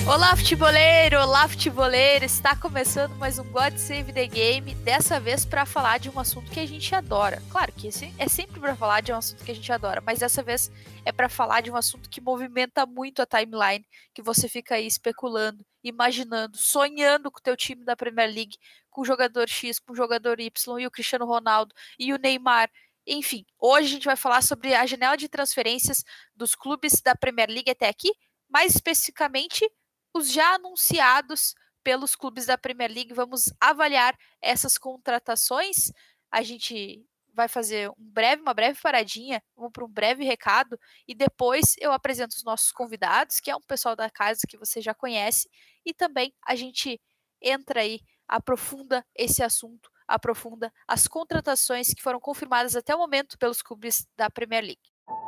Olá, futeboleiro! Está começando mais um God Save the Game, dessa vez para falar de um assunto que a gente adora. Claro que é sempre para falar de um assunto que a gente adora, mas dessa vez é para falar de um assunto que movimenta muito a timeline, que você fica aí especulando, imaginando, sonhando com o teu time da Premier League, com o jogador X, com o jogador Y, e o Cristiano Ronaldo, e o Neymar. Enfim, hoje a gente vai falar sobre a janela de transferências dos clubes da Premier League até aqui, mais especificamente os já anunciados pelos clubes da Premier League. Vamos avaliar essas contratações. A gente vai fazer uma breve paradinha, vamos para um breve recado e depois eu apresento os nossos convidados, que é um pessoal da casa que você já conhece, e também a gente entra aí, aprofunda esse assunto, aprofunda as contratações que foram confirmadas até o momento pelos clubes da Premier League.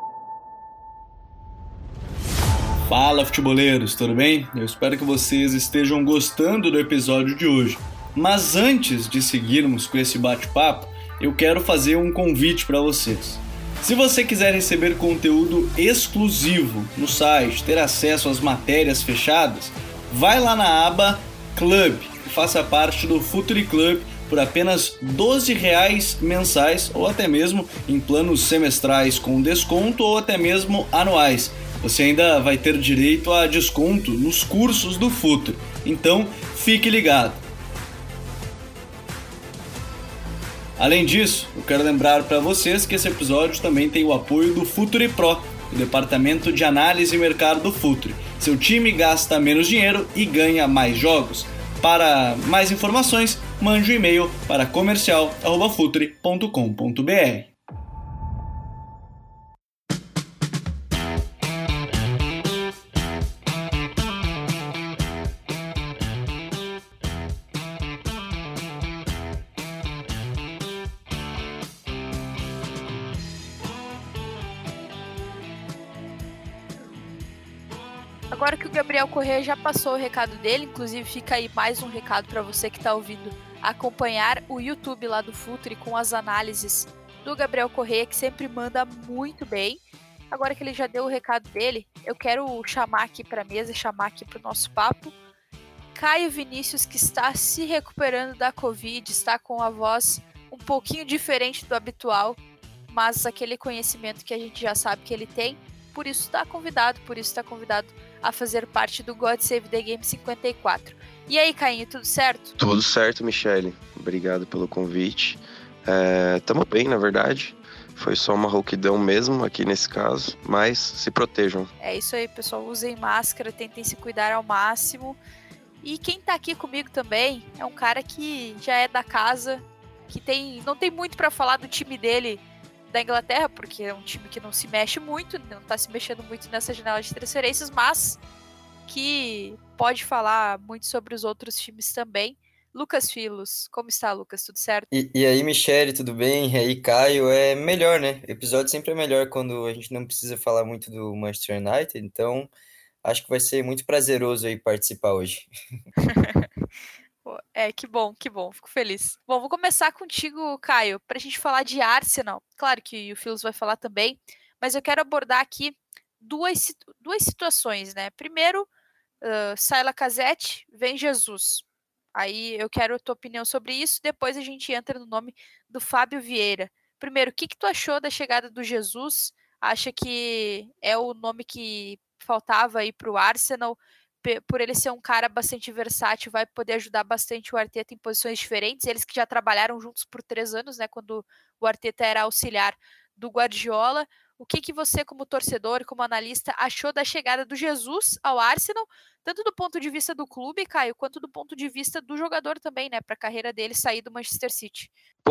Fala, futeboleiros, tudo bem? Eu espero que vocês estejam gostando do episódio de hoje. Mas antes de seguirmos com esse bate-papo, eu quero fazer um convite para vocês. Se você quiser receber conteúdo exclusivo no site, ter acesso às matérias fechadas, vai lá na aba Club e faça parte do Futuri Club por apenas R$12 mensais ou até mesmo em planos semestrais com desconto ou até mesmo anuais. Você ainda vai ter direito a desconto nos cursos do Futuri, então fique ligado. Além disso, eu quero lembrar para vocês que esse episódio também tem o apoio do Futuri Pro, o departamento de análise e mercado do Futuri. Seu time gasta menos dinheiro e ganha mais jogos. Para mais informações, mande um e-mail para comercial@futuri.com.br. Agora que o Gabriel Corrêa já passou o recado dele, inclusive fica aí mais um recado para você que está ouvindo acompanhar o YouTube lá do Futuri com as análises do Gabriel Corrêa, que sempre manda muito bem. Agora que ele já deu o recado dele, eu quero chamar aqui para a mesa, chamar aqui para o nosso papo Caio Vinícius, que está se recuperando da Covid, está com a voz um pouquinho diferente do habitual, mas aquele conhecimento que a gente já sabe que ele tem, por isso está convidado a fazer parte do God Save the Game 54. E aí, Cainho, tudo certo? Tudo certo, Michele. Obrigado pelo convite. Tamo bem, na verdade. Foi só uma rouquidão mesmo aqui nesse caso, mas se protejam. É isso aí, pessoal. Usem máscara, tentem se cuidar ao máximo. E quem tá aqui comigo também é um cara que já é da casa, que não tem muito para falar do time dele da Inglaterra, porque é um time que não se mexe muito, não tá se mexendo muito nessa janela de transferências, mas que pode falar muito sobre os outros times também. Lucas Filos, como está, Lucas? Tudo certo? E aí, Michele, tudo bem? E aí, Caio? É melhor, né? O episódio sempre é melhor quando a gente não precisa falar muito do Manchester United, então acho que vai ser muito prazeroso aí participar hoje. Que bom, fico feliz. Bom, vou começar contigo, Caio, para a gente falar de Arsenal. Claro que o Filos vai falar também, mas eu quero abordar aqui duas situações, né? Primeiro, sai Lacazette, vem Jesus. Aí eu quero a tua opinião sobre isso, depois a gente entra no nome do Fábio Vieira. Primeiro, o que tu achou da chegada do Jesus? Acha que é o nome que faltava aí para o Arsenal? Por ele ser um cara bastante versátil, vai poder ajudar bastante o Arteta em posições diferentes. Eles que já trabalharam juntos por 3 anos, né? Quando o Arteta era auxiliar do Guardiola. O que você, como torcedor, como analista, achou da chegada do Jesus ao Arsenal, tanto do ponto de vista do clube, Caio, quanto do ponto de vista do jogador também, né? Para a carreira dele sair do Manchester City.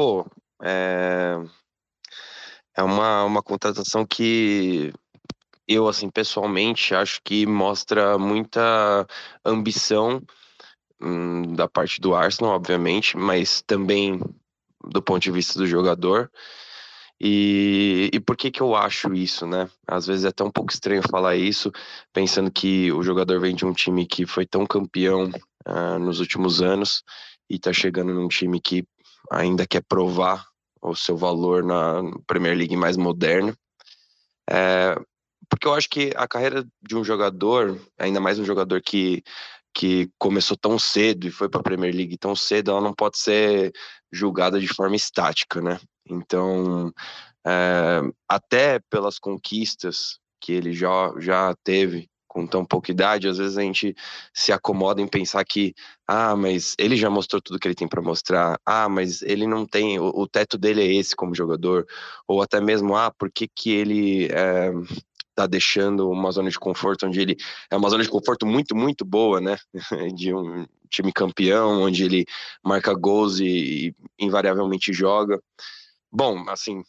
É uma contratação que eu, assim, pessoalmente, acho que mostra muita ambição da parte do Arsenal, obviamente, mas também do ponto de vista do jogador. E por que eu acho isso, né? Às vezes é até um pouco estranho falar isso, pensando que o jogador vem de um time que foi tão campeão nos últimos anos e tá chegando num time que ainda quer provar o seu valor na Premier League mais moderna. porque eu acho que a carreira de um jogador, ainda mais um jogador que começou tão cedo e foi para a Premier League tão cedo, ela não pode ser julgada de forma estática, né? Então, até pelas conquistas que ele já teve com tão pouca idade, às vezes a gente se acomoda em pensar que, mas ele já mostrou tudo que ele tem para mostrar, mas ele não tem, o teto dele é esse como jogador, ou até mesmo, por que que ele tá deixando uma zona de conforto onde ele é uma zona de conforto muito, muito boa, né? De um time campeão, onde ele marca gols e invariavelmente joga. Bom, assim,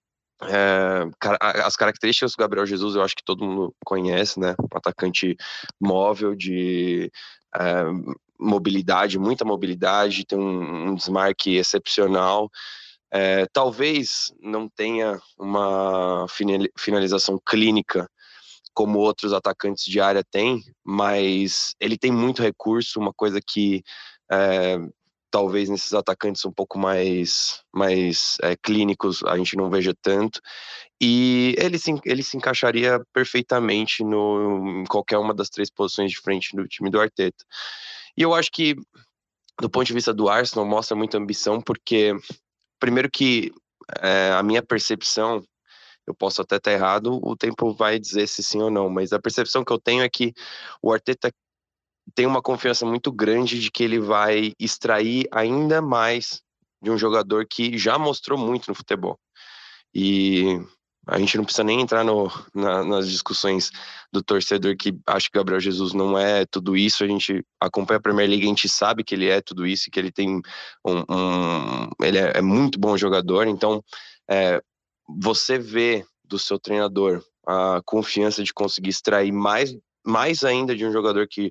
as características do Gabriel Jesus eu acho que todo mundo conhece, né? Um atacante móvel, de mobilidade, muita mobilidade, tem um desmarque excepcional. Talvez não tenha uma finalização clínica como outros atacantes de área têm, mas ele tem muito recurso, uma coisa que talvez nesses atacantes um pouco mais clínicos a gente não veja tanto, e ele se encaixaria perfeitamente em qualquer uma das 3 posições de frente do time do Arteta. E eu acho que, do ponto de vista do Arsenal, mostra muita ambição, porque, primeiro que a minha percepção, eu posso até estar errado, o tempo vai dizer se sim ou não, mas a percepção que eu tenho é que o Arteta tem uma confiança muito grande de que ele vai extrair ainda mais de um jogador que já mostrou muito no futebol. E a gente não precisa nem entrar nas discussões do torcedor que acha que o Gabriel Jesus não é tudo isso. A gente acompanha a Premier League, a gente sabe que ele é tudo isso, que ele tem ele é muito bom jogador. Então, você vê do seu treinador a confiança de conseguir extrair mais ainda de um jogador que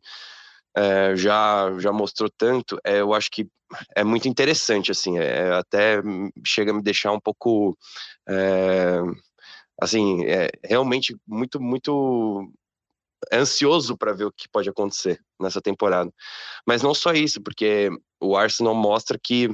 já mostrou tanto, eu acho que é muito interessante, assim, até chega a me deixar um pouco, assim, realmente muito, muito ansioso para ver o que pode acontecer nessa temporada. Mas não só isso, porque o Arsenal mostra que,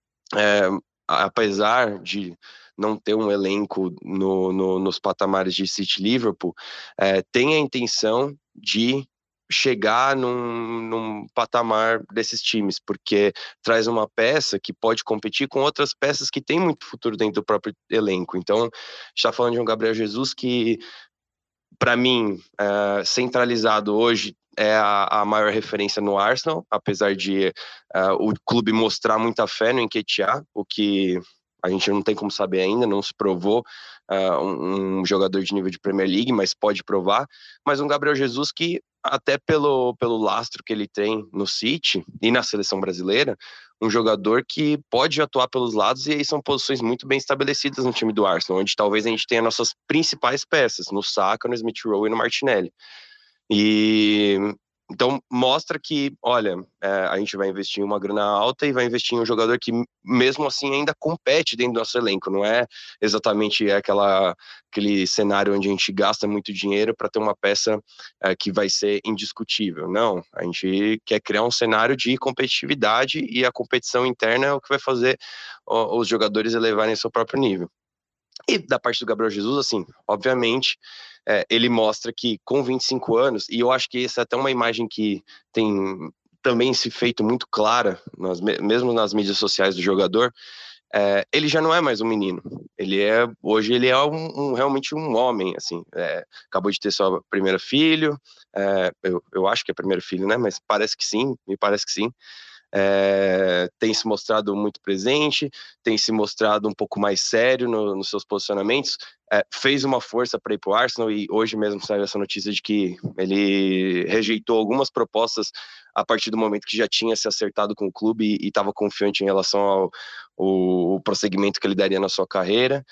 apesar de não ter um elenco nos patamares de City e Liverpool, tem a intenção de chegar num patamar desses times, porque traz uma peça que pode competir com outras peças que têm muito futuro dentro do próprio elenco. Então, está falando de um Gabriel Jesus que, para mim, centralizado hoje, é a maior referência no Arsenal, apesar de o clube mostrar muita fé no Nketiah, o que a gente não tem como saber ainda, não se provou um jogador de nível de Premier League, mas pode provar. Mas um Gabriel Jesus que, até pelo lastro que ele tem no City e na seleção brasileira, um jogador que pode atuar pelos lados, e aí são posições muito bem estabelecidas no time do Arsenal, onde talvez a gente tenha nossas principais peças, no Saka, no Smith Rowe e no Martinelli. E então mostra que, olha, a gente vai investir em uma grana alta e vai investir em um jogador que mesmo assim ainda compete dentro do nosso elenco, não é exatamente aquele cenário onde a gente gasta muito dinheiro para ter uma peça que vai ser indiscutível. Não, a gente quer criar um cenário de competitividade, e a competição interna é o que vai fazer os jogadores elevarem seu próprio nível. E da parte do Gabriel Jesus, assim, obviamente, ele mostra que com 25 anos, e eu acho que essa é até uma imagem que tem também se feito muito clara, mesmo nas mídias sociais do jogador, ele já não é mais um menino. Hoje ele é realmente um homem, assim. Acabou de ter seu primeiro filho, eu acho que é primeiro filho, né? Mas parece que sim, me parece que sim. Tem se mostrado muito presente, tem se mostrado um pouco mais sério nos seus posicionamentos, fez uma força para ir para o Arsenal, e hoje mesmo saiu essa notícia de que ele rejeitou algumas propostas a partir do momento que já tinha se acertado com o clube e estava confiante em relação ao prosseguimento que ele daria na sua carreira.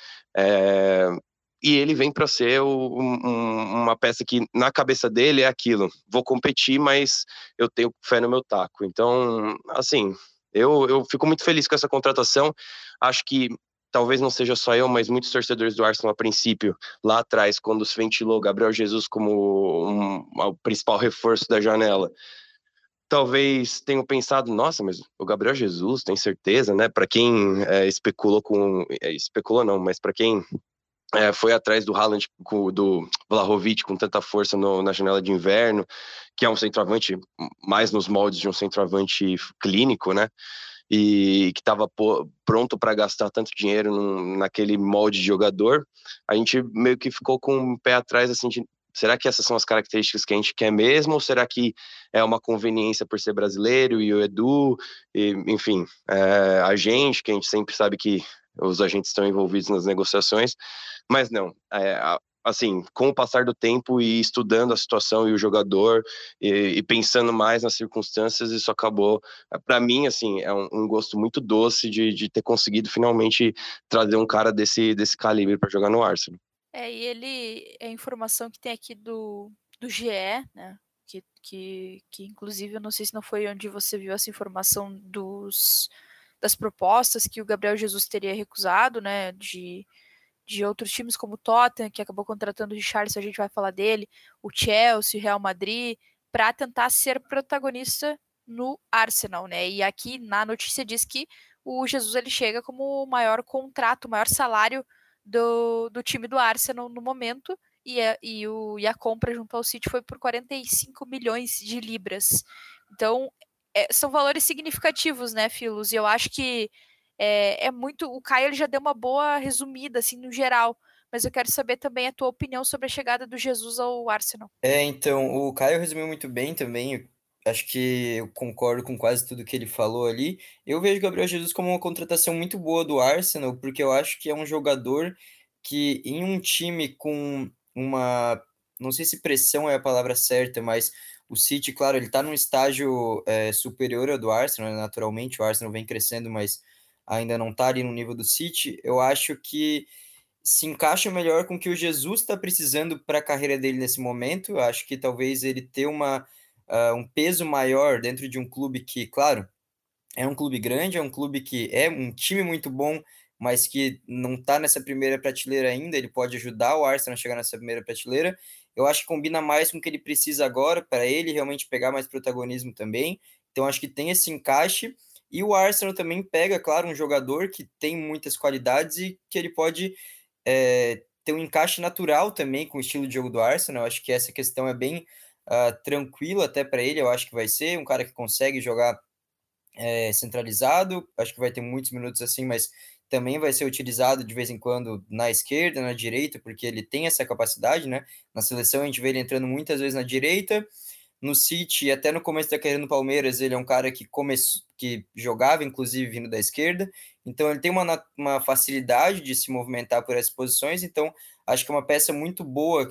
E ele vem para ser uma peça que, na cabeça dele, é aquilo: vou competir, mas eu tenho fé no meu taco. Então, assim, eu fico muito feliz com essa contratação. Acho que talvez não seja só eu, mas muitos torcedores do Arsenal, a princípio, lá atrás, quando se ventilou Gabriel Jesus como o principal reforço da janela, talvez tenham pensado: nossa, mas o Gabriel Jesus, tem certeza, né? Para quem especulou não, mas para quem foi atrás do Haaland, do Vlahovic com tanta força na janela de inverno, que é um centroavante mais nos moldes de um centroavante clínico, né? E que estava pronto para gastar tanto dinheiro naquele molde de jogador, a gente meio que ficou com um pé atrás, assim, será que essas são as características que a gente quer mesmo, ou será que é uma conveniência por ser brasileiro, e o Edu, enfim, a gente, que a gente sempre sabe que os agentes estão envolvidos nas negociações, mas não, assim, com o passar do tempo e estudando a situação e o jogador e pensando mais nas circunstâncias, isso acabou, para mim, assim, é um gosto muito doce de ter conseguido finalmente trazer um cara desse calibre para jogar no Arsenal. E ele, a informação que tem aqui do GE, né, que inclusive eu não sei se não foi onde você viu essa informação das propostas que o Gabriel Jesus teria recusado, né, de outros times como o Tottenham, que acabou contratando o Richarlison, a gente vai falar dele, o Chelsea, o Real Madrid, para tentar ser protagonista no Arsenal, né? E aqui na notícia diz que o Jesus ele chega como o maior contrato, o maior salário do time do Arsenal no momento, e a compra junto ao City foi por 45 milhões de libras. Então, são valores significativos, né, Filos? E eu acho que é muito. O Caio ele já deu uma boa resumida, assim, no geral. Mas eu quero saber também a tua opinião sobre a chegada do Jesus ao Arsenal. Então, o Caio resumiu muito bem também. Acho que eu concordo com quase tudo que ele falou ali. Eu vejo o Gabriel Jesus como uma contratação muito boa do Arsenal, porque eu acho que é um jogador que, em um time com uma. Não sei se pressão é a palavra certa, mas o City, claro, ele está num estágio superior ao do Arsenal, né? Naturalmente. O Arsenal vem crescendo, mas ainda não está ali no nível do City. Eu acho que se encaixa melhor com o que o Jesus está precisando para a carreira dele nesse momento. Eu acho que talvez ele ter um peso maior dentro de um clube que, claro, é um clube grande, é um clube que é um time muito bom, mas que não está nessa primeira prateleira ainda. Ele pode ajudar o Arsenal a chegar nessa primeira prateleira. Eu acho que combina mais com o que ele precisa agora, para ele realmente pegar mais protagonismo também. Então, acho que tem esse encaixe. E o Arsenal também pega, claro, um jogador que tem muitas qualidades e que ele pode ter um encaixe natural também com o estilo de jogo do Arsenal. Eu acho que essa questão é bem tranquila até para ele. Eu acho que vai ser um cara que consegue jogar centralizado. Acho que vai ter muitos minutos assim, mas também vai ser utilizado de vez em quando na esquerda, na direita, porque ele tem essa capacidade, né? Na seleção a gente vê ele entrando muitas vezes na direita. No City, até no começo da carreira no Palmeiras, ele é um cara que jogava, inclusive, vindo da esquerda. Então, ele tem uma facilidade de se movimentar por essas posições. Então, acho que é uma peça muito boa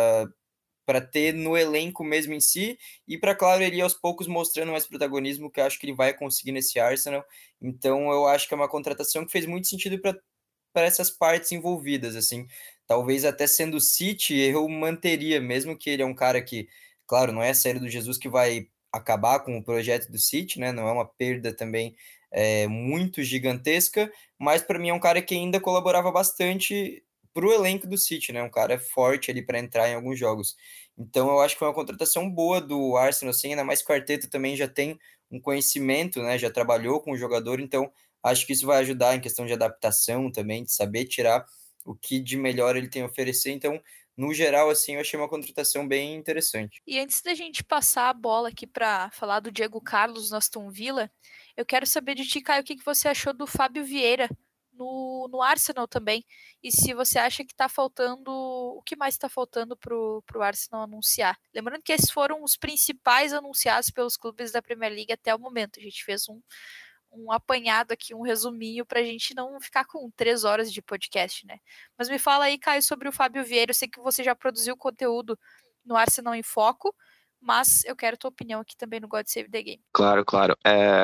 para ter no elenco mesmo em si. E para, claro, ele ir aos poucos mostrando mais protagonismo, que eu acho que ele vai conseguir nesse Arsenal. Então, eu acho que é uma contratação que fez muito sentido para essas partes envolvidas, assim. Talvez até sendo o City, eu manteria, mesmo que ele é um cara que, claro, não é a saída do Jesus que vai acabar com o projeto do City, né? Não é uma perda também muito gigantesca, mas para mim é um cara que ainda colaborava bastante para o elenco do City, né? Um cara forte ali para entrar em alguns jogos. Então eu acho que foi uma contratação boa do Arsenal, assim, ainda mais que o Arteta também já tem um conhecimento, né? Já trabalhou com o jogador, então acho que isso vai ajudar em questão de adaptação também, de saber tirar o que de melhor ele tem a oferecer. Então, no geral, assim, eu achei uma contratação bem interessante. E antes da gente passar a bola aqui para falar do Diego Carlos no Aston Villa, eu quero saber de ti, Caio, o que você achou do Fábio Vieira no Arsenal também. E se você acha que está faltando, o que mais está faltando para o Arsenal anunciar. Lembrando que esses foram os principais anunciados pelos clubes da Premier League até o momento. A gente fez um apanhado aqui, um resuminho, para a gente não ficar com 3 horas de podcast, né? Mas me fala aí, Caio, sobre o Fábio Vieira. Eu sei que você já produziu conteúdo no Arsenal em Foco, mas eu quero tua opinião aqui também no God Save the Game. Claro, claro.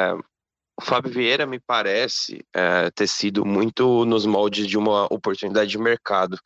O Fábio Vieira me parece ter sido muito nos moldes de uma oportunidade de mercado.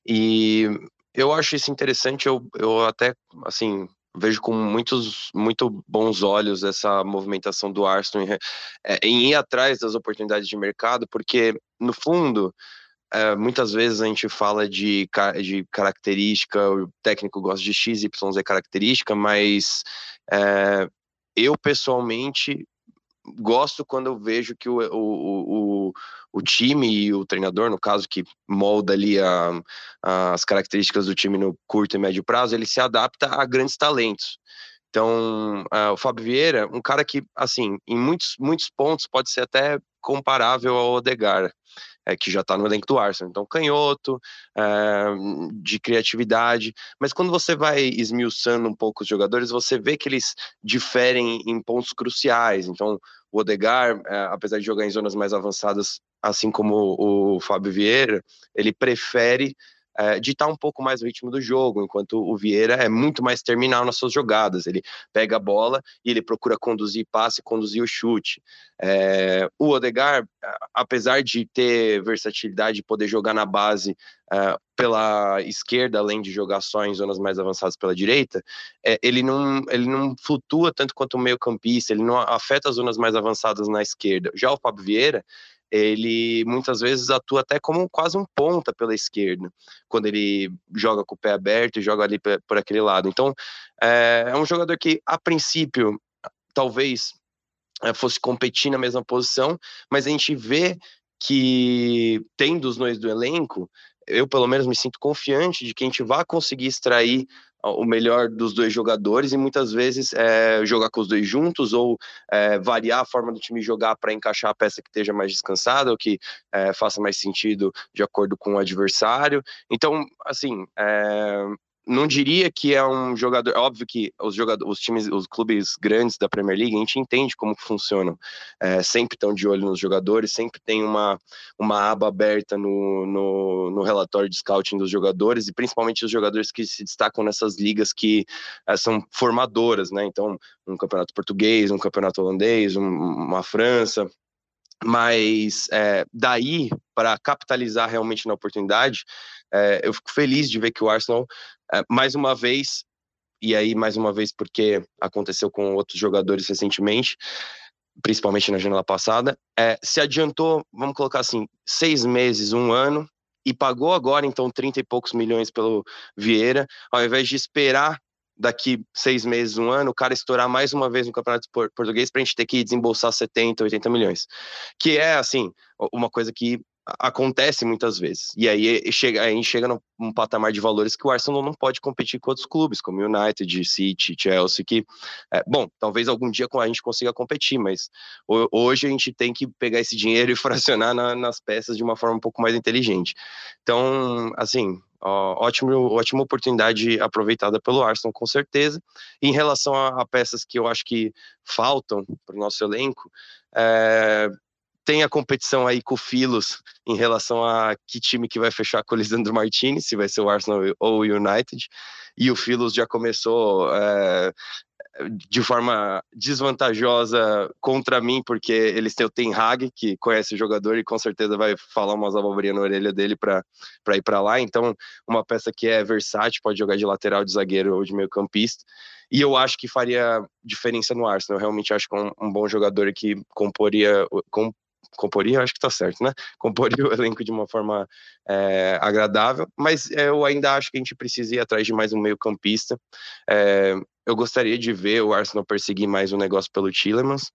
E eu acho isso interessante, eu até, assim, vejo com muito bons olhos essa movimentação do Arsenal em ir atrás das oportunidades de mercado, porque, no fundo, muitas vezes a gente fala de característica, o técnico gosta de X, Y, Z característica, mas eu, pessoalmente, gosto quando eu vejo que o time e o treinador, no caso, que molda ali as características do time no curto e médio prazo, ele se adapta a grandes talentos. Então, o Fábio Vieira, um cara que, assim, em muitos pontos pode ser até comparável ao Odegaard, que já está no elenco do Arsenal. Então, canhoto, de criatividade, mas quando você vai esmiuçando um pouco os jogadores, você vê que eles diferem em pontos cruciais. Então, o Odegaard, apesar de jogar em zonas mais avançadas, assim como o Fábio Vieira, ele prefere ditar um pouco mais o ritmo do jogo, enquanto o Vieira é muito mais terminal nas suas jogadas. Ele pega a bola e ele procura conduzir passe, conduzir o chute. O Odegaard, apesar de ter versatilidade, de poder jogar na base pela esquerda, além de jogar só em zonas mais avançadas pela direita, ele não flutua tanto quanto o meio campista, ele não afeta as zonas mais avançadas na esquerda. Já o Fábio Vieira, ele muitas vezes atua até como quase um ponta pela esquerda, quando ele joga com o pé aberto e joga ali por aquele lado. Então, é um jogador que, a princípio, talvez fosse competir na mesma posição, mas a gente vê que, tendo os dois do elenco, eu pelo menos me sinto confiante de que a gente vai conseguir extrair o melhor dos dois jogadores e muitas vezes jogar com os dois juntos ou variar a forma do time jogar para encaixar a peça que esteja mais descansada ou que faça mais sentido de acordo com o adversário. Então, assim, não diria que é um jogador. Óbvio que os times, os clubes grandes da Premier League, a gente entende como que funcionam. Sempre estão de olho nos jogadores, sempre tem uma aba aberta no relatório de scouting dos jogadores, e principalmente os jogadores que se destacam nessas ligas que são formadoras, né? Então, um campeonato português, um campeonato holandês, uma França. Mas daí, para capitalizar realmente na oportunidade, eu fico feliz de ver que o Arsenal, mais uma vez, e aí mais uma vez porque aconteceu com outros jogadores recentemente, principalmente na janela passada, se adiantou, vamos colocar assim, 6 meses, 1 ano, e pagou agora, então, 30 e poucos milhões pelo Vieira, ao invés de esperar daqui 6 meses, 1 ano, o cara estourar mais uma vez no Campeonato Português pra gente ter que desembolsar 70, 80 milhões. Que é, assim, uma coisa que acontece muitas vezes. E aí a gente chega num patamar de valores que o Arsenal não pode competir com outros clubes, como United, City, Chelsea, que, bom, talvez algum dia a gente consiga competir, mas hoje a gente tem que pegar esse dinheiro e fracionar nas peças de uma forma um pouco mais inteligente. Então, assim, ótima oportunidade aproveitada pelo Arsenal, com certeza. E em relação a peças que eu acho que faltam para o nosso elenco, tem a competição aí com o Philos em relação a que time que vai fechar com o Lisandro Martinez, se vai ser o Arsenal ou o United, e o Philos já começou de forma desvantajosa contra mim, porque eles têm o Ten Hag, que conhece o jogador e com certeza vai falar umas abobrinhas na orelha dele para ir para lá. Então, uma peça que é versátil, pode jogar de lateral, de zagueiro ou de meio campista, e eu acho que faria diferença no Arsenal. Eu realmente acho que é um bom jogador que comporia, acho que tá certo, né? Comporia o elenco de uma forma agradável, mas eu ainda acho que a gente precisa ir atrás de mais um meio campista. Eu gostaria de ver o Arsenal perseguir mais um negócio pelo Tielemans,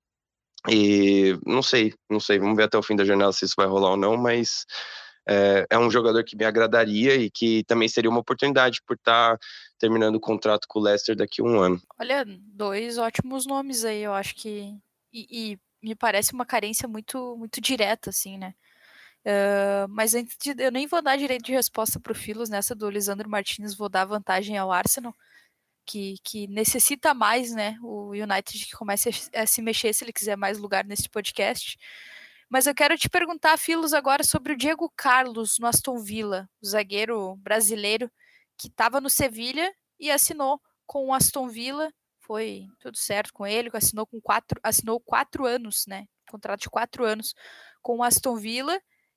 e não sei, vamos ver até o fim da janela se isso vai rolar ou não, mas é um jogador que me agradaria e que também seria uma oportunidade por estar terminando o contrato com o Leicester daqui a 1 ano. Olha, 2 ótimos nomes aí, eu acho que... E me parece uma carência muito, muito direta, assim, né? Mas antes eu nem vou dar direito de resposta pro Philos nessa do Lisandro Martinez, vou dar vantagem ao Arsenal, que necessita mais, né? O United que comece a se mexer se ele quiser mais lugar nesse podcast. Mas eu quero te perguntar, Philos, agora sobre o Diego Carlos no Aston Villa, o zagueiro brasileiro que estava no Sevilha e assinou com o Aston Villa. Foi tudo certo com ele, assinou 4 anos, né? Contrato de 4 anos com o Aston Villa.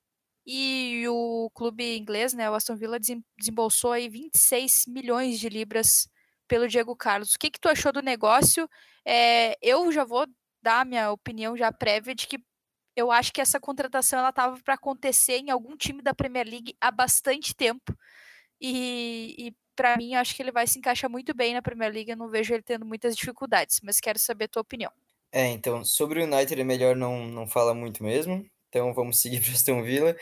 E o clube inglês, né, o Aston Villa, desembolsou aí 26 milhões de libras pelo Diego Carlos. O que tu achou do negócio? Eu já vou dar a minha opinião já prévia de que eu acho que essa contratação ela estava para acontecer em algum time da Premier League há bastante tempo. E para mim, acho que ele vai se encaixar muito bem na Premier League. Eu não vejo ele tendo muitas dificuldades, mas quero saber a tua opinião. Então, sobre o United é melhor não falar muito mesmo. Então, vamos seguir para Aston Villa.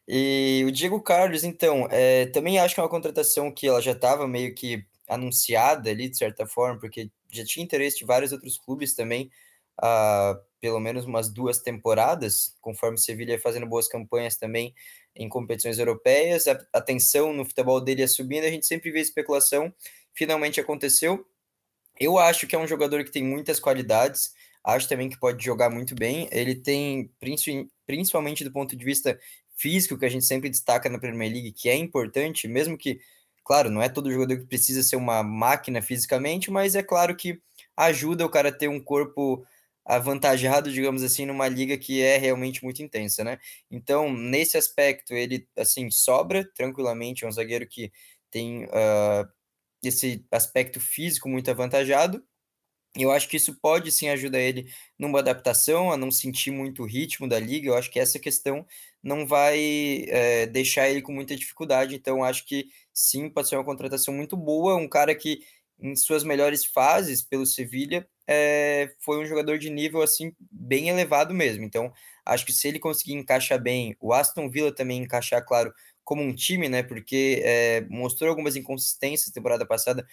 E o Diego Carlos, então, também acho que é uma contratação que ela já estava meio que anunciada ali, de certa forma, porque já tinha interesse de vários outros clubes também, há pelo menos umas 2 temporadas, conforme o Sevilla ia fazendo boas campanhas também em competições europeias. A tensão no futebol dele ia subindo, a gente sempre vê especulação, finalmente aconteceu. Eu acho que é um jogador que tem muitas qualidades, acho também que pode jogar muito bem. Ele tem, principalmente do ponto de vista físico, que a gente sempre destaca na Premier League, que é importante, mesmo que, claro, não é todo jogador que precisa ser uma máquina fisicamente, mas é claro que ajuda o cara a ter um corpo avantajado, digamos assim, numa liga que é realmente muito intensa, né? Então, nesse aspecto, ele, assim, sobra tranquilamente, é um zagueiro que tem esse aspecto físico muito avantajado. Eu acho que isso pode sim ajudar ele numa adaptação, a não sentir muito o ritmo da liga. Eu acho que essa questão não vai deixar ele com muita dificuldade. Então, eu acho que sim, pode ser uma contratação muito boa. Um cara que, em suas melhores fases pelo Sevilha, foi um jogador de nível assim bem elevado mesmo. Então, acho que se ele conseguir encaixar bem, o Aston Villa também encaixar, claro, como um time, né? Porque mostrou algumas inconsistências na temporada passada,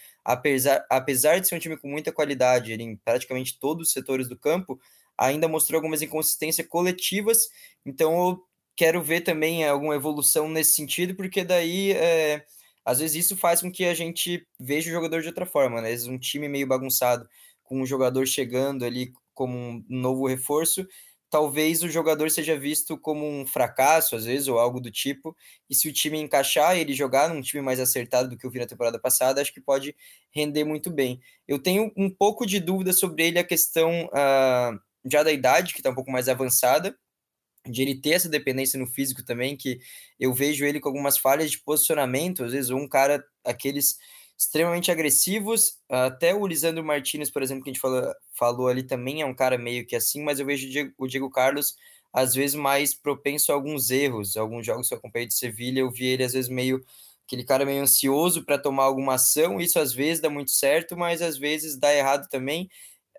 apesar de ser um time com muita qualidade em praticamente todos os setores do campo, ainda mostrou algumas inconsistências coletivas. Então eu quero ver também alguma evolução nesse sentido, porque daí às vezes isso faz com que a gente veja o jogador de outra forma, né? Às vezes um time meio bagunçado, com um jogador chegando ali como um novo reforço, talvez o jogador seja visto como um fracasso, às vezes, ou algo do tipo, e se o time encaixar e ele jogar num time mais acertado do que eu vi na temporada passada, acho que pode render muito bem. Eu tenho um pouco de dúvida sobre ele, a questão já da idade, que está um pouco mais avançada, de ele ter essa dependência no físico também, que eu vejo ele com algumas falhas de posicionamento, às vezes um cara, aqueles extremamente agressivos, até o Lisandro Martinez, por exemplo, que a gente falou ali também é um cara meio que assim, mas eu vejo o Diego Carlos às vezes mais propenso a alguns erros, alguns jogos que eu acompanhei de Sevilha, eu vi ele às vezes meio, aquele cara meio ansioso para tomar alguma ação, isso às vezes dá muito certo, mas às vezes dá errado também,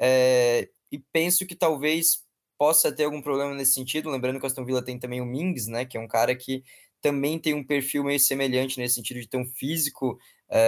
e penso que talvez possa ter algum problema nesse sentido, lembrando que o Aston Villa tem também o Mings, né, que é um cara que também tem um perfil meio semelhante nesse sentido de ter um físico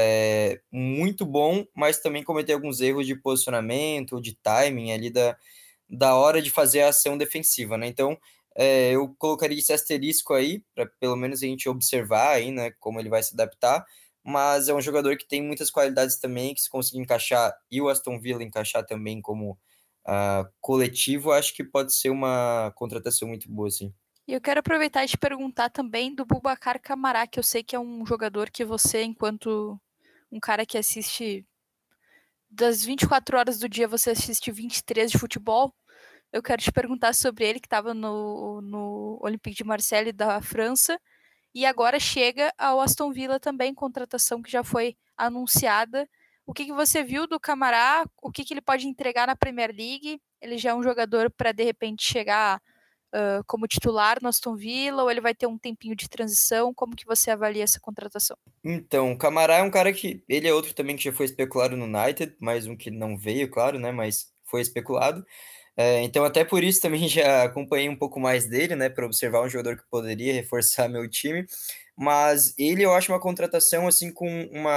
muito bom, mas também cometer alguns erros de posicionamento ou de timing ali da hora de fazer a ação defensiva, né? Então, eu colocaria esse asterisco aí, para pelo menos a gente observar aí, né, como ele vai se adaptar, mas é um jogador que tem muitas qualidades também, que se conseguir encaixar, e o Aston Villa encaixar também como coletivo, acho que pode ser uma contratação muito boa, sim. E eu quero aproveitar e te perguntar também do Boubacar Camará, que eu sei que é um jogador que você, enquanto um cara que assiste das 24 horas do dia, você assiste 23 de futebol. Eu quero te perguntar sobre ele, que estava no Olympique de Marseille da França, e agora chega ao Aston Villa também, contratação que já foi anunciada. O que você viu do Camará? O que ele pode entregar na Premier League? Ele já é um jogador para, de repente, chegar como titular no Aston Villa, ou ele vai ter um tempinho de transição? Como que você avalia essa contratação? Então, o Camará é um cara que, ele é outro também que já foi especulado no United, mais um que não veio, claro, né, mas foi especulado. Então, até por isso também já acompanhei um pouco mais dele, né, para observar um jogador que poderia reforçar meu time, mas ele eu acho uma contratação, assim, com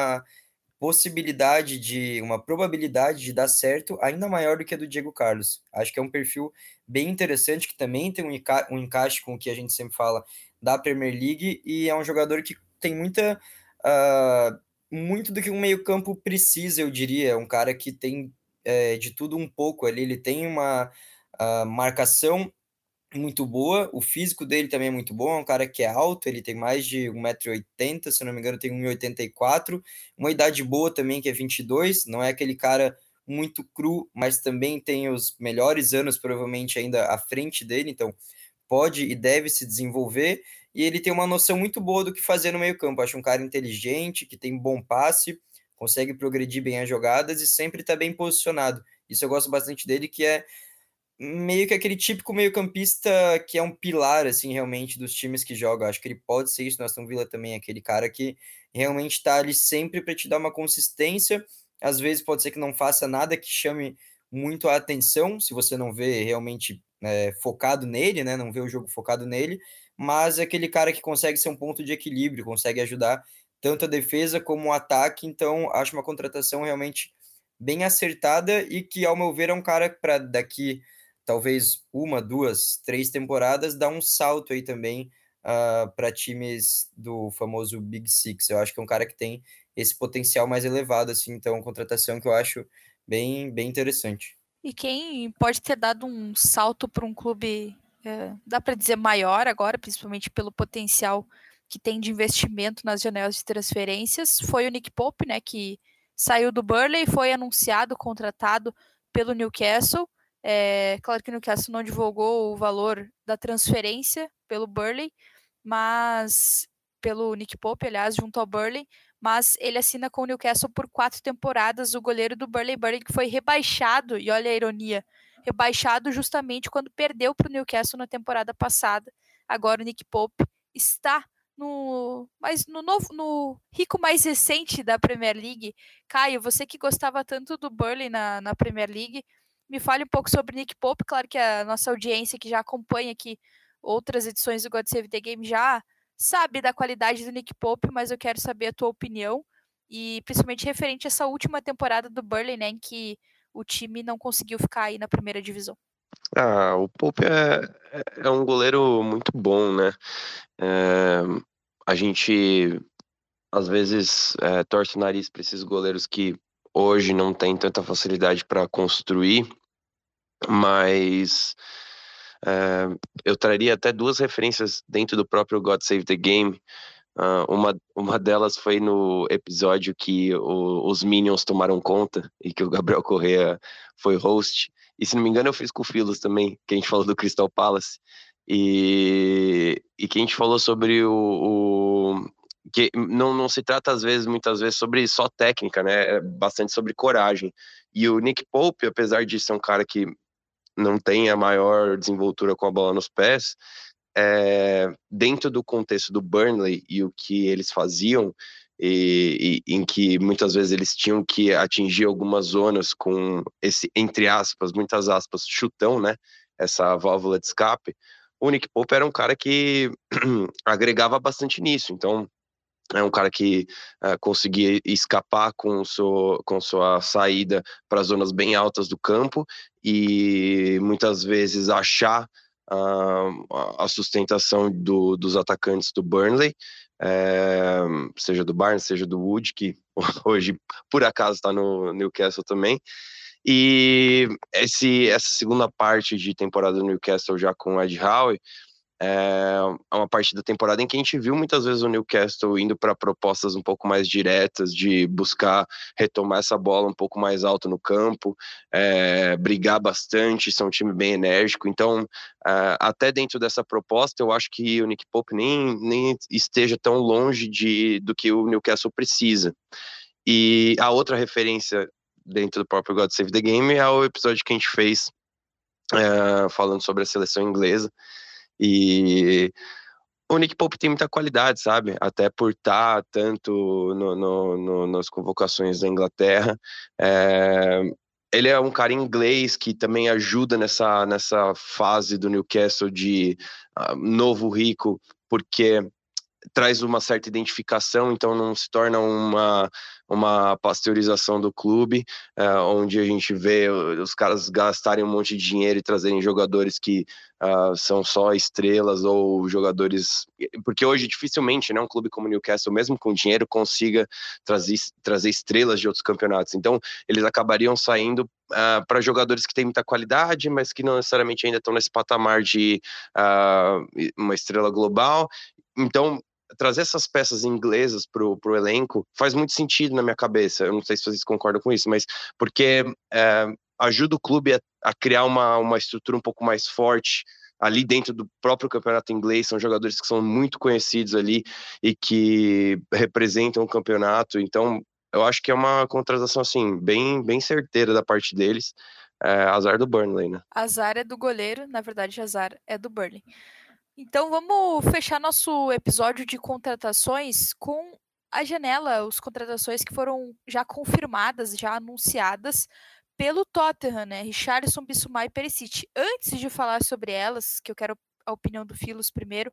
uma probabilidade de dar certo ainda maior do que a do Diego Carlos. Acho que é um perfil bem interessante, que também tem um encaixe com o que a gente sempre fala da Premier League, e é um jogador que tem muito do que um meio-campo precisa, eu diria. É um cara que tem de tudo um pouco ali. Ele tem uma marcação muito boa, o físico dele também é muito bom, é um cara que é alto, ele tem mais de 1,80 m, se eu não me engano tem 1,84 m, uma idade boa também, que é 22, não é aquele cara muito cru, mas também tem os melhores anos provavelmente ainda à frente dele, então pode e deve se desenvolver, e ele tem uma noção muito boa do que fazer no meio campo. Acho um cara inteligente, que tem bom passe, consegue progredir bem as jogadas e sempre está bem posicionado. Isso eu gosto bastante dele, que é meio que aquele típico meio-campista que é um pilar, assim, realmente, dos times que jogam. Acho que ele pode ser isso no Aston Villa também, aquele cara que realmente está ali sempre para te dar uma consistência. Às vezes pode ser que não faça nada que chame muito a atenção, se você não vê realmente focado nele, né? Não vê o jogo focado nele, mas é aquele cara que consegue ser um ponto de equilíbrio, consegue ajudar tanto a defesa como o ataque, então acho uma contratação realmente bem acertada e que, ao meu ver, é um cara para daqui talvez 1, 2, 3 temporadas dar um salto aí também para times do famoso Big Six. Eu acho que é um cara que tem esse potencial mais elevado, assim, então contratação que eu acho bem interessante. E quem pode ter dado um salto para um clube, dá para dizer maior agora, principalmente pelo potencial que tem de investimento nas janelas de transferências, foi o Nick Pope, né, que saiu do Burnley, foi anunciado, contratado pelo Newcastle. Claro que o Newcastle não divulgou o valor da transferência pelo Burnley, mas pelo Nick Pope, aliás, junto ao Burnley, mas ele assina com o Newcastle por 4 temporadas, o goleiro do Burnley que foi rebaixado, e olha a ironia, rebaixado justamente quando perdeu para o Newcastle na temporada passada. Agora o Nick Pope está no rico mais recente da Premier League. Caio, você que gostava tanto do Burnley na Premier League, me fale um pouco sobre Nick Pope. Claro que a nossa audiência que já acompanha aqui outras edições do God Save the Game já sabe da qualidade do Nick Pope, mas eu quero saber a tua opinião, e principalmente referente a essa última temporada do Burnley, né, em que o time não conseguiu ficar aí na primeira divisão. O Pope é um goleiro muito bom, né? A gente às vezes torce o nariz para esses goleiros que hoje não tem tanta facilidade para construir, mas eu traria até 2 referências dentro do próprio God Save the Game. Uma delas foi no episódio que os Minions tomaram conta e que o Gabriel Correa foi host. E se não me engano eu fiz com o Filos também, que a gente falou do Crystal Palace. E que a gente falou sobre que não se trata muitas vezes sobre só técnica, né? É bastante sobre coragem. E o Nick Pope, apesar de ser um cara que não tem a maior desenvoltura com a bola nos pés, dentro do contexto do Burnley e o que eles faziam, e em que muitas vezes eles tinham que atingir algumas zonas com esse, entre aspas, muitas aspas, chutão, né? Essa válvula de escape. O Nick Pope era um cara que agregava bastante nisso. Então, é um cara que conseguia escapar com sua saída para zonas bem altas do campo e muitas vezes achar a sustentação dos atacantes do Burnley, seja do Barnes, seja do Wood, que hoje por acaso está no Newcastle também. E essa segunda parte de temporada do Newcastle já com o Ed Howe é uma parte da temporada em que a gente viu muitas vezes o Newcastle indo para propostas um pouco mais diretas, de buscar retomar essa bola um pouco mais alto no campo, brigar bastante, ser um time bem enérgico. Então, até dentro dessa proposta, eu acho que o Nick Pope nem esteja tão longe do que o Newcastle precisa. E a outra referência dentro do próprio God Save the Game é o episódio que a gente fez falando sobre a seleção inglesa. E o Nick Pope tem muita qualidade, sabe? Até por estar tanto nas convocações da Inglaterra. Ele é um cara inglês que também ajuda nessa fase do Newcastle de novo rico, porque traz uma certa identificação, então não se torna uma pasteurização do clube, onde a gente vê os caras gastarem um monte de dinheiro e trazerem jogadores que são só estrelas ou jogadores... Porque hoje, dificilmente, né, um clube como o Newcastle, mesmo com dinheiro, consiga trazer estrelas de outros campeonatos. Então, eles acabariam saindo para jogadores que têm muita qualidade, mas que não necessariamente ainda estão nesse patamar de uma estrela global. Então, trazer essas peças inglesas pro elenco faz muito sentido na minha cabeça. Eu não sei se vocês concordam com isso, mas porque ajuda o clube a criar uma estrutura um pouco mais forte ali dentro do próprio campeonato inglês. São jogadores que são muito conhecidos ali e que representam o campeonato. Então, eu acho que é uma contratação assim bem certeira da parte deles. Azar do Burnley, né? Azar é do goleiro, na verdade, azar é do Burnley. Então vamos fechar nosso episódio de contratações com a janela, as contratações que foram já confirmadas, já anunciadas pelo Tottenham, né? Richarlison, Bissouma e Perisic. Antes de falar sobre elas, que eu quero a opinião do Filos primeiro,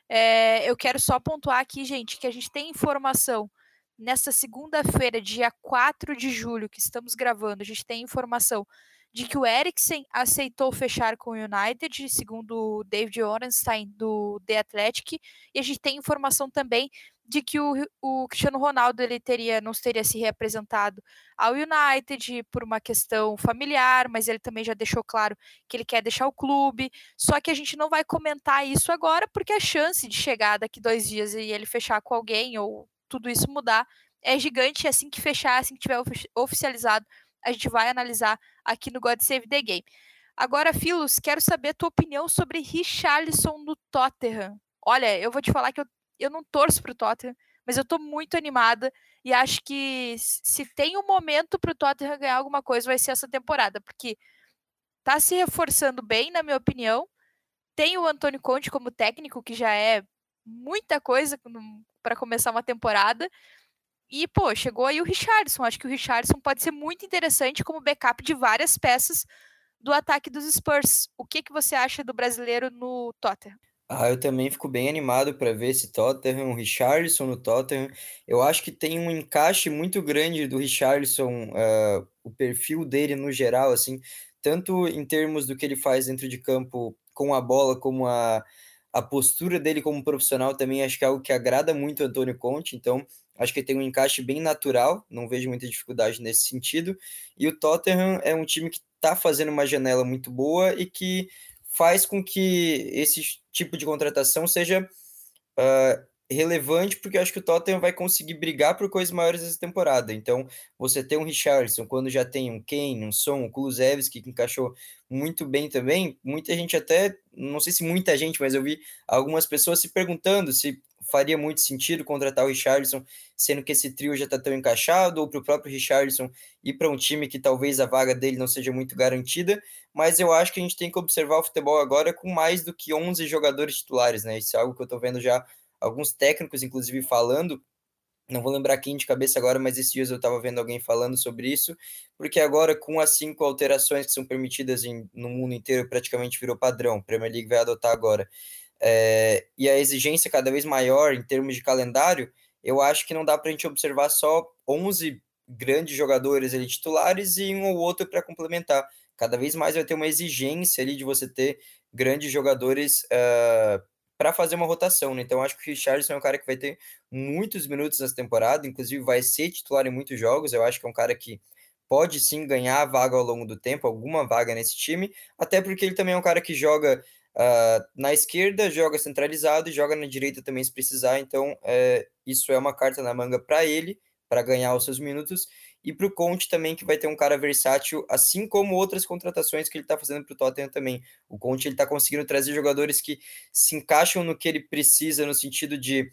eu quero só pontuar aqui, gente, que a gente tem informação nessa segunda-feira, dia 4 de julho, que estamos gravando, a gente tem informação de que o Eriksen aceitou fechar com o United, segundo o David Orenstein, do The Athletic, e a gente tem informação também de que o Cristiano Ronaldo não teria se reapresentado ao United por uma questão familiar, mas ele também já deixou claro que ele quer deixar o clube, só que a gente não vai comentar isso agora, porque a chance de chegar daqui 2 dias e ele fechar com alguém, ou tudo isso mudar, é gigante. Assim que fechar, assim que tiver oficializado, a gente vai analisar aqui no God Save the Game. Agora, Filos, quero saber a tua opinião sobre Richarlison no Tottenham. Olha, eu vou te falar que eu não torço pro Tottenham, mas eu tô muito animada e acho que se tem um momento pro Tottenham ganhar alguma coisa, vai ser essa temporada, porque tá se reforçando bem, na minha opinião. Tem o Antônio Conte como técnico, que já é muita coisa para começar uma temporada. E, pô, chegou aí o Richarlison. Acho que o Richarlison pode ser muito interessante como backup de várias peças do ataque dos Spurs. O que você acha do brasileiro no Tottenham? Eu também fico bem animado para ver esse Tottenham, o Richarlison no Tottenham. Eu acho que tem um encaixe muito grande do Richarlison, o perfil dele no geral, assim, tanto em termos do que ele faz dentro de campo com a bola, como a postura dele como profissional também, acho que é algo que agrada muito o Antônio Conte, então acho que ele tem um encaixe bem natural, não vejo muita dificuldade nesse sentido. E o Tottenham é um time que está fazendo uma janela muito boa e que faz com que esse tipo de contratação seja relevante, porque eu acho que o Tottenham vai conseguir brigar por coisas maiores essa temporada. Então, você tem um Richarlison, quando já tem um Kane, um Son, um Kulusevski, que encaixou muito bem também, muita gente até, não sei se muita gente, mas eu vi algumas pessoas se perguntando se faria muito sentido contratar o Richarlison, sendo que esse trio já está tão encaixado, ou para o próprio Richarlison ir para um time que talvez a vaga dele não seja muito garantida, mas eu acho que a gente tem que observar o futebol agora com mais do que 11 jogadores titulares, né? Isso é algo que eu estou vendo já alguns técnicos, inclusive, falando, não vou lembrar quem de cabeça agora, mas esses dias eu estava vendo alguém falando sobre isso, porque agora, com as 5 alterações que são permitidas no mundo inteiro, praticamente virou padrão, a Premier League vai adotar agora, e a exigência cada vez maior em termos de calendário, eu acho que não dá para a gente observar só 11 grandes jogadores ali titulares e um ou outro para complementar. Cada vez mais vai ter uma exigência ali de você ter grandes jogadores para fazer uma rotação, né? Então acho que o Richarlison é um cara que vai ter muitos minutos nessa temporada, inclusive vai ser titular em muitos jogos. Eu acho que é um cara que pode sim ganhar a vaga ao longo do tempo, alguma vaga nesse time, até porque ele também é um cara que joga na esquerda, joga centralizado e joga na direita também se precisar. Então isso é uma carta na manga para ele, para ganhar os seus minutos, e para o Conte também, que vai ter um cara versátil, assim como outras contratações que ele está fazendo para o Tottenham também. O Conte está conseguindo trazer jogadores que se encaixam no que ele precisa, no sentido de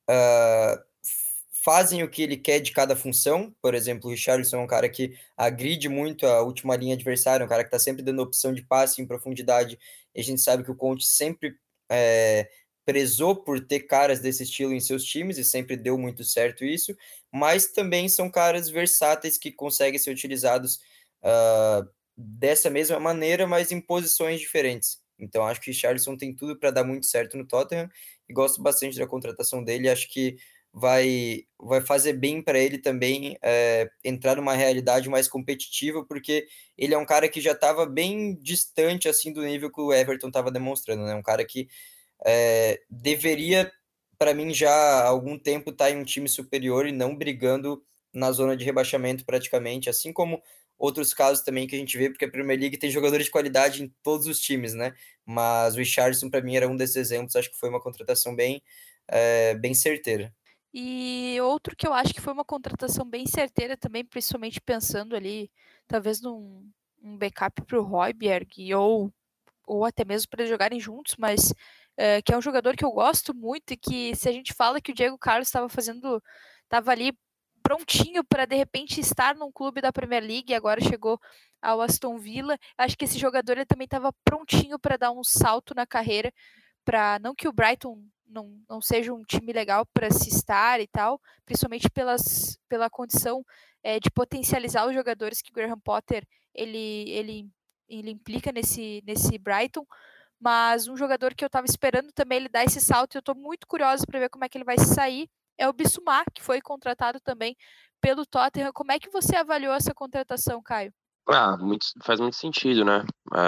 fazem o que ele quer de cada função. Por exemplo, o Richarlison é um cara que agride muito a última linha adversária, um cara que está sempre dando opção de passe em profundidade, e a gente sabe que o Conte sempre prezou por ter caras desse estilo em seus times, e sempre deu muito certo isso, mas também são caras versáteis que conseguem ser utilizados dessa mesma maneira, mas em posições diferentes. Então acho que o Richarlison tem tudo para dar muito certo no Tottenham, e gosto bastante da contratação dele. Acho que vai fazer bem para ele também entrar numa realidade mais competitiva, porque ele é um cara que já estava bem distante assim do nível que o Everton estava demonstrando, né? Um cara que deveria, para mim, já há algum tempo estar em um time superior e não brigando na zona de rebaixamento praticamente, assim como outros casos também que a gente vê, porque a Premier League tem jogadores de qualidade em todos os times, né? Mas o Richarlison, para mim, era um desses exemplos. Acho que foi uma contratação bem certeira. E outro que eu acho que foi uma contratação bem certeira também, principalmente pensando ali, talvez num backup para o Højbjerg, ou até mesmo para eles jogarem juntos, mas que é um jogador que eu gosto muito, e que, se a gente fala que o Diego Carlos estava ali prontinho para de repente estar num clube da Premier League e agora chegou ao Aston Villa, acho que esse jogador ele também estava prontinho para dar um salto na carreira, para não que o Brighton não seja um time legal para se estar e tal, principalmente pela condição de potencializar os jogadores que o Graham Potter ele implica nesse Brighton, mas um jogador que eu estava esperando também ele dar esse salto, e eu estou muito curiosa para ver como é que ele vai sair, é o Bissouma, que foi contratado também pelo Tottenham. Como é que você avaliou essa contratação, Caio? Faz muito sentido, né?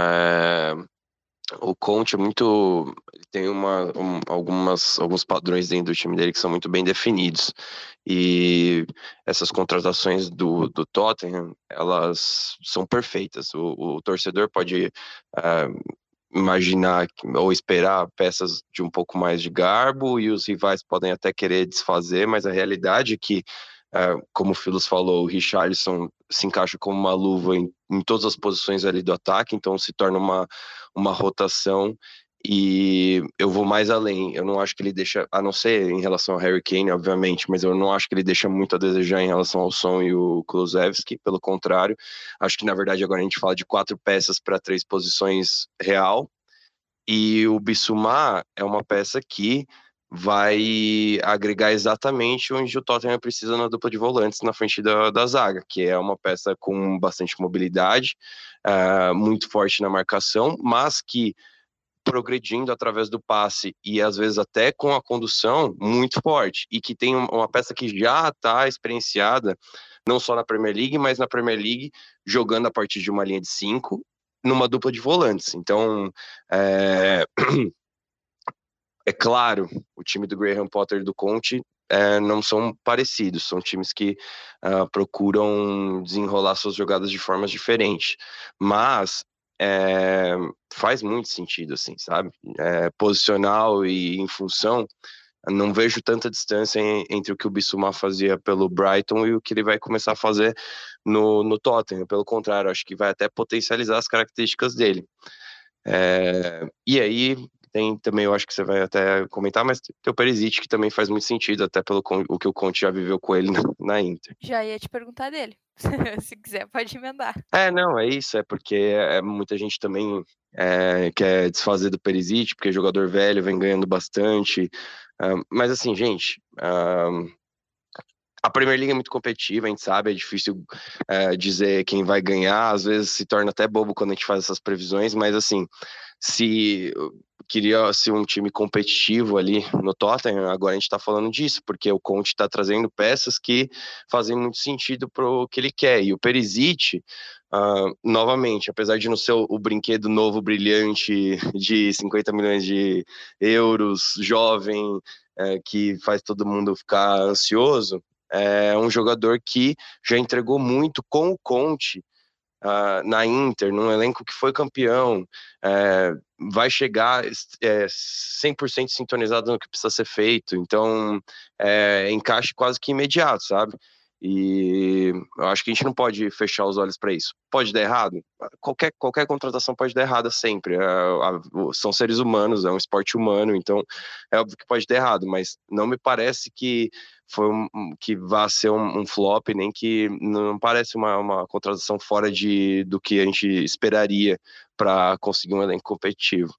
O Conte tem alguns padrões dentro do time dele que são muito bem definidos, e essas contratações do Tottenham, elas são perfeitas. O torcedor pode imaginar ou esperar peças de um pouco mais de garbo, e os rivais podem até querer desfazer, mas a realidade é que, como o Filos falou, o Richarlison se encaixa como uma luva em todas as posições ali do ataque, então se torna uma rotação. E eu vou mais além, eu não acho que ele deixa, a não ser em relação ao Harry Kane, obviamente, mas eu não acho que ele deixa muito a desejar em relação ao Son e o Kulusevski, pelo contrário, acho que na verdade agora a gente fala de 4 peças para 3 posições real, e o Bissouma é uma peça que vai agregar exatamente onde o Tottenham precisa na dupla de volantes na frente da zaga, que é uma peça com bastante mobilidade, muito forte na marcação, mas que progredindo através do passe e às vezes até com a condução muito forte, e que tem uma peça que já está experienciada não só na Premier League, mas na Premier League jogando a partir de uma linha de 5 numa dupla de volantes. Então é claro, o time do Graham Potter e do Conte não são parecidos, são times que procuram desenrolar suas jogadas de formas diferentes, mas faz muito sentido, assim, sabe? Posicional e em função, não vejo tanta distância entre o que o Bissouma fazia pelo Brighton e o que ele vai começar a fazer no Tottenham. Pelo contrário, acho que vai até potencializar as características dele. E aí tem também, eu acho que você vai até comentar, mas tem o Perisic, que também faz muito sentido, até pelo o que o Conte já viveu com ele na Inter. Já ia te perguntar dele. Se quiser, pode emendar. Não, é isso, é porque muita gente também quer desfazer do Perisic, porque jogador velho vem ganhando bastante, mas assim, gente, a Premier League é muito competitiva, a gente sabe, é difícil dizer quem vai ganhar, às vezes se torna até bobo quando a gente faz essas previsões, mas assim, se queria-se um time competitivo ali no Tottenham, agora a gente está falando disso, porque o Conte está trazendo peças que fazem muito sentido para o que ele quer, e o Perisic, novamente, apesar de não ser o brinquedo novo, brilhante, de 50 milhões de euros, jovem, que faz todo mundo ficar ansioso, é um jogador que já entregou muito com o Conte na Inter, num elenco que foi campeão, vai chegar 100% sintonizado no que precisa ser feito, então encaixe quase que imediato, sabe? E eu acho que a gente não pode fechar os olhos para isso. Pode dar errado? Qualquer contratação pode dar errado sempre. São seres humanos, é um esporte humano, então é óbvio que pode dar errado, mas não me parece que que vá ser um flop, nem que não parece uma contratação fora do que a gente esperaria para conseguir um elenco competitivo.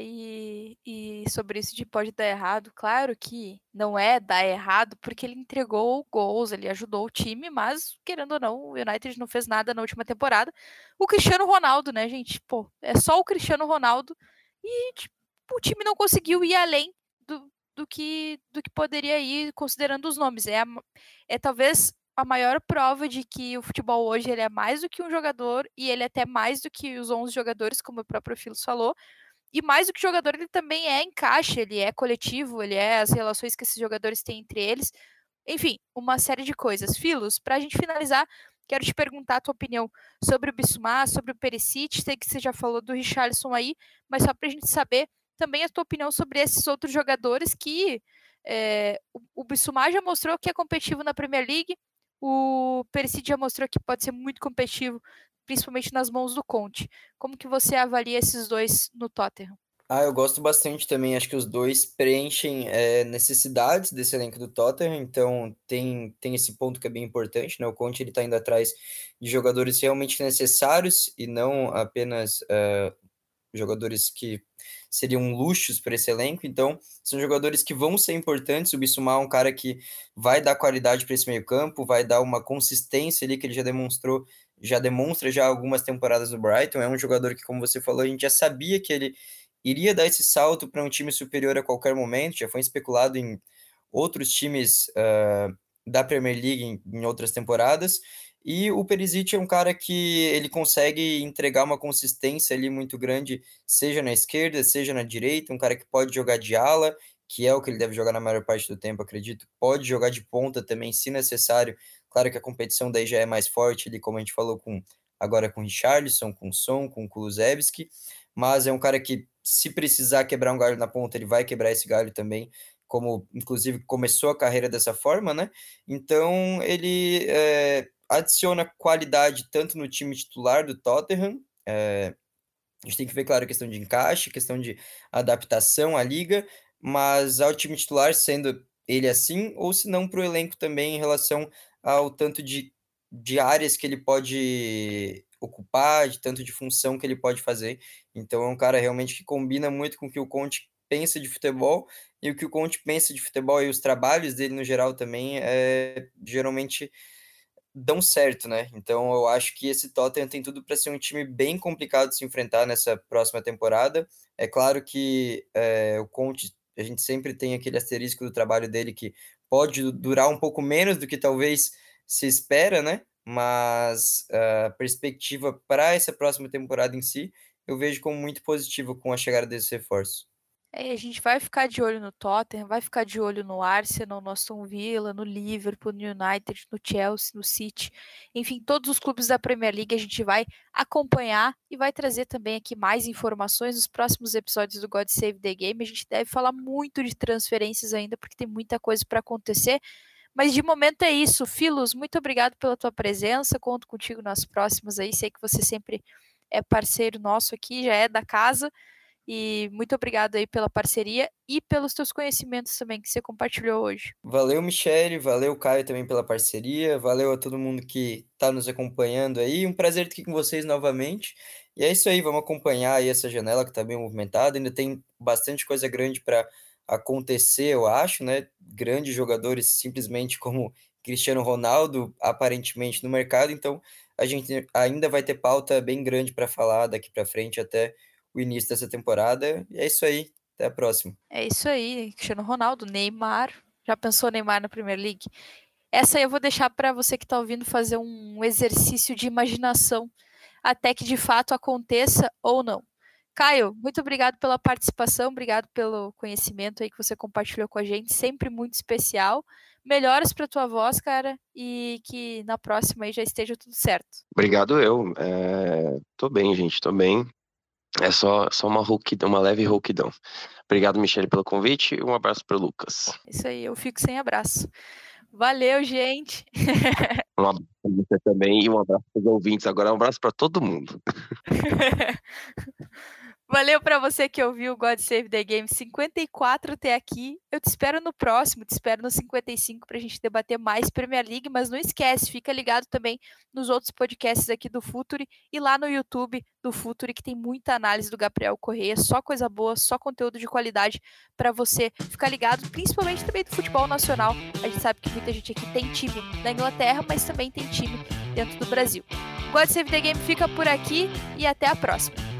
E sobre isso de pode dar errado, claro que não é dar errado, porque ele entregou gols, ele ajudou o time, mas, querendo ou não, o United não fez nada na última temporada. O Cristiano Ronaldo, né, gente? Pô, é só o Cristiano Ronaldo e tipo, o time não conseguiu ir além do que poderia ir, considerando os nomes. É talvez a maior prova de que o futebol hoje ele é mais do que um jogador, e ele é até mais do que os 11 jogadores, como o próprio Filos falou, e mais do que jogador, ele também é encaixe, ele é coletivo, ele é as relações que esses jogadores têm entre eles, enfim, uma série de coisas. Filos, para a gente finalizar, quero te perguntar a tua opinião sobre o Bissouma, sobre o Perisic, sei que você já falou do Richarlison aí, mas só para a gente saber também a tua opinião sobre esses outros jogadores que o Bissouma já mostrou que é competitivo na Premier League, o Perisic já mostrou que pode ser muito competitivo, principalmente nas mãos do Conte. Como que você avalia esses dois no Tottenham? Eu gosto bastante também, acho que os dois preenchem necessidades desse elenco do Tottenham, então tem esse ponto que é bem importante, né? O Conte ele tá indo atrás de jogadores realmente necessários e não apenas jogadores que seriam luxos para esse elenco, então são jogadores que vão ser importantes. O Bissouma é um cara que vai dar qualidade para esse meio campo, vai dar uma consistência ali que ele já demonstrou já demonstra já algumas temporadas do Brighton, é um jogador que, como você falou, a gente já sabia que ele iria dar esse salto para um time superior a qualquer momento, já foi especulado em outros times da Premier League em outras temporadas, e o Perisic é um cara que ele consegue entregar uma consistência ali muito grande, seja na esquerda, seja na direita, um cara que pode jogar de ala, que é o que ele deve jogar na maior parte do tempo, acredito, pode jogar de ponta também, se necessário. Claro que a competição daí já é mais forte, ali, como a gente falou agora com o Richarlison, com o Son, com o Kulusevski, mas é um cara que, se precisar quebrar um galho na ponta, ele vai quebrar esse galho também, como inclusive começou a carreira dessa forma, né? Então ele adiciona qualidade tanto no time titular do Tottenham, a gente tem que ver, claro, a questão de encaixe, questão de adaptação à liga, mas ao time titular sendo ele assim, ou se não para o elenco também em relação ao tanto de áreas que ele pode ocupar, de tanto de função que ele pode fazer. Então é um cara realmente que combina muito com o que o Conte pensa de futebol, e o que o Conte pensa de futebol e os trabalhos dele no geral também geralmente dão certo, né? Então eu acho que esse Tottenham tem tudo para ser um time bem complicado de se enfrentar nessa próxima temporada. É claro que o Conte, a gente sempre tem aquele asterisco do trabalho dele que pode durar um pouco menos do que talvez se espera, né? Mas a perspectiva para essa próxima temporada em si, eu vejo como muito positiva com a chegada desse reforço. A gente vai ficar de olho no Tottenham, vai ficar de olho no Arsenal, no Aston Villa, no Liverpool, no United, no Chelsea, no City. Enfim, todos os clubes da Premier League a gente vai acompanhar e vai trazer também aqui mais informações nos próximos episódios do God Save the Game. A gente deve falar muito de transferências ainda, porque tem muita coisa para acontecer. Mas de momento é isso. Filos, muito obrigado pela tua presença. Conto contigo nas próximas aí. Sei que você sempre é parceiro nosso aqui, já é da casa. E muito obrigado aí pela parceria e pelos teus conhecimentos também que você compartilhou hoje. Valeu, Michele, valeu, Caio, também pela parceria, valeu a todo mundo que está nos acompanhando aí, um prazer estar aqui com vocês novamente, e é isso aí, vamos acompanhar aí essa janela que está bem movimentada, ainda tem bastante coisa grande para acontecer, eu acho, né, grandes jogadores simplesmente como Cristiano Ronaldo, aparentemente no mercado, então a gente ainda vai ter pauta bem grande para falar daqui para frente até o início dessa temporada, e é isso aí, até a próxima. É isso aí, Cristiano Ronaldo, Neymar, já pensou Neymar na Premier League? Essa aí eu vou deixar para você que está ouvindo fazer um exercício de imaginação, até que de fato aconteça ou não. Caio, muito obrigado pela participação, obrigado pelo conhecimento aí que você compartilhou com a gente, sempre muito especial. Melhoras para tua voz, cara, e que na próxima aí já esteja tudo certo. Obrigado eu. Tô bem, gente, tô bem. É só uma leve rouquidão. Obrigado, Michele, pelo convite e um abraço para o Lucas. Isso aí, eu fico sem abraço. Valeu, gente! Um abraço para você também e um abraço para os ouvintes. Agora um abraço para todo mundo. Valeu para você que ouviu o God Save the Game 54 até aqui. Eu te espero no próximo, te espero no 55 para a gente debater mais Premier League, mas não esquece, fica ligado também nos outros podcasts aqui do Futuri e lá no YouTube do Futuri, que tem muita análise do Gabriel Correia, só coisa boa, só conteúdo de qualidade para você ficar ligado, principalmente também do futebol nacional. A gente sabe que muita gente aqui tem time da Inglaterra, mas também tem time dentro do Brasil. God Save the Game fica por aqui e até a próxima.